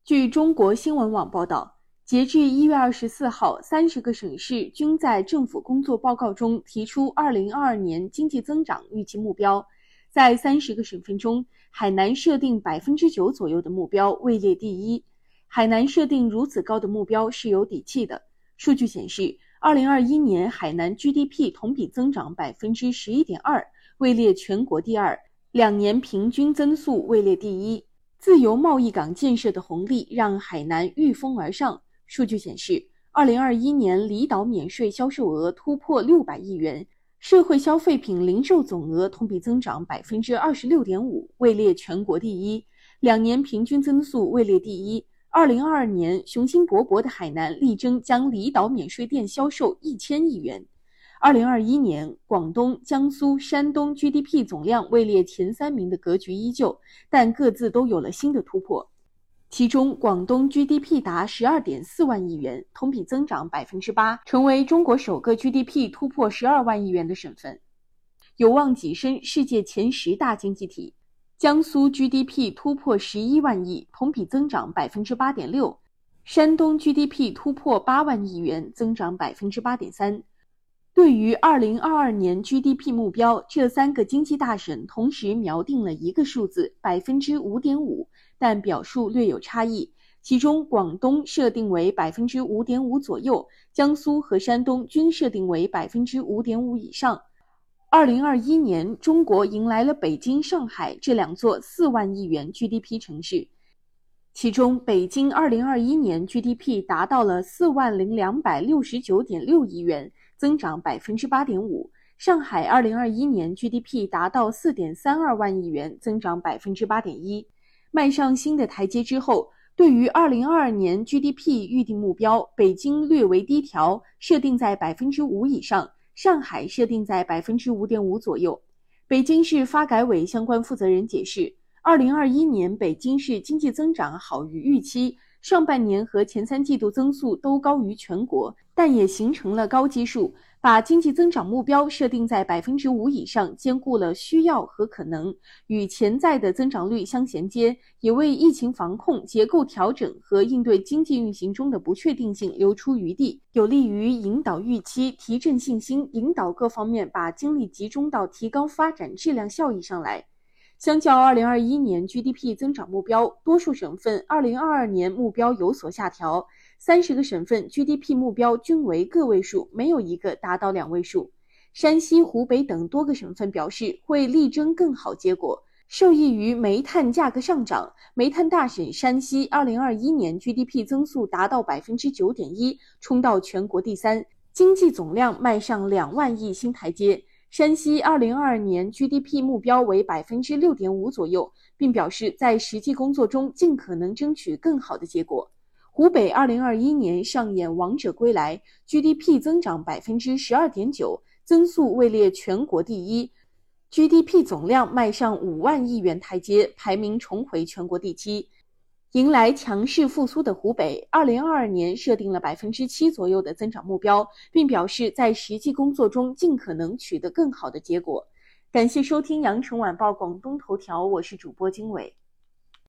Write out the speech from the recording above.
据中国新闻网报道，截至1月24号，30个省市均在政府工作报告中提出2022年经济增长预期目标。在30个省份中，海南设定9%左右的目标，位列第一。海南设定如此高的目标是有底气的。数据显示，2021年海南 GDP 同比增长11.2%，位列全国第二，2年平均增速位列第一。自由贸易港建设的红利让海南御风而上。数据显示，2021年离岛免税销售额突破600亿元，社会消费品零售总额同比增长26.5%，位列全国第一，2年平均增速位列第一。2022年，雄心勃勃的海南力争将离岛免税店销售1000亿元。2021年，广东、江苏、山东 GDP 总量位列前3名的格局依旧，但各自都有了新的突破。其中，广东 GDP 达12.4万亿元，同比增长8%，成为中国首个 GDP 突破12万亿元的省份，有望跻身世界前10大经济体。江苏 GDP 突破11万亿，同比增长8.6%，山东 GDP 突破8万亿元，增长8.3%。对于2022年 GDP 目标，这3个经济大省同时瞄定了一个数字 5.5%， 但表述略有差异。其中，广东设定为 5.5% 左右，江苏和山东均设定为 5.5% 以上。2021年，中国迎来了北京、上海这2座4万亿元 GDP 城市。其中，北京2021年 GDP 达到了40269.6亿元，增长8.5%，上海2021年 GDP 达到4.32万亿元，增长8.1%。迈上新的台阶之后，对于2022年 GDP 预定目标，北京略为低调，设定在5%以上，上海设定在5.5%左右。北京市发改委相关负责人解释，2021年北京市经济增长好于预期，上半年和前3季度增速都高于全国，但也形成了高基数，把经济增长目标设定在5%以上，兼顾了需要和可能，与潜在的增长率相衔接，也为疫情防控、结构调整和应对经济运行中的不确定性留出余地，有利于引导预期、提振信心，引导各方面把精力集中到提高发展质量效益上来。相较2021年 GDP 增长目标，多数省份2022年目标有所下调，30个省份 GDP 目标均为个位数，没有一个达到2位数。山西、湖北等多个省份表示会力争更好结果。受益于煤炭价格上涨，煤炭大省山西2021年 GDP 增速达到 9.1%， 冲到全国第3，经济总量迈上2万亿新台阶。山西2022年 GDP 目标为 6.5% 左右，并表示在实际工作中尽可能争取更好的结果。湖北2021年上演王者归来， GDP 增长 12.9%， 增速位列全国第一， GDP 总量迈上5万亿元台阶，排名重回全国第7。迎来强势复苏的湖北2022年设定了 7% 左右的增长目标，并表示在实际工作中尽可能取得更好的结果。感谢收听羊城晚报广东头条，我是主播经纬。